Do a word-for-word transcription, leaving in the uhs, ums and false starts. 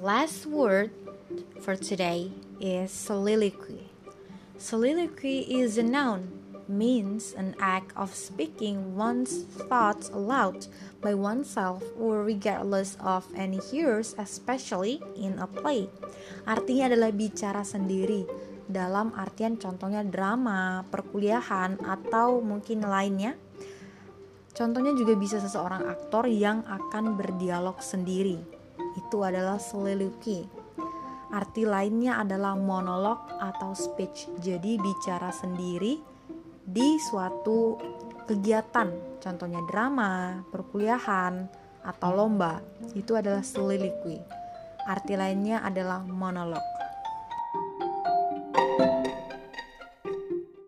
last word for today is soliloquy. Soliloquy is a noun, means an act of speaking one's thoughts aloud by oneself or regardless of any hearers, especially in a play. Artinya adalah bicara sendiri, dalam artian contohnya drama, perkuliahan, atau mungkin lainnya. Contohnya juga bisa seseorang aktor yang akan berdialog sendiri. Itu adalah soliloquy. Arti lainnya adalah monolog atau speech. Jadi bicara sendiri di suatu kegiatan. Contohnya drama, perkuliahan, atau lomba. Itu adalah soliloquy. Arti lainnya adalah monolog.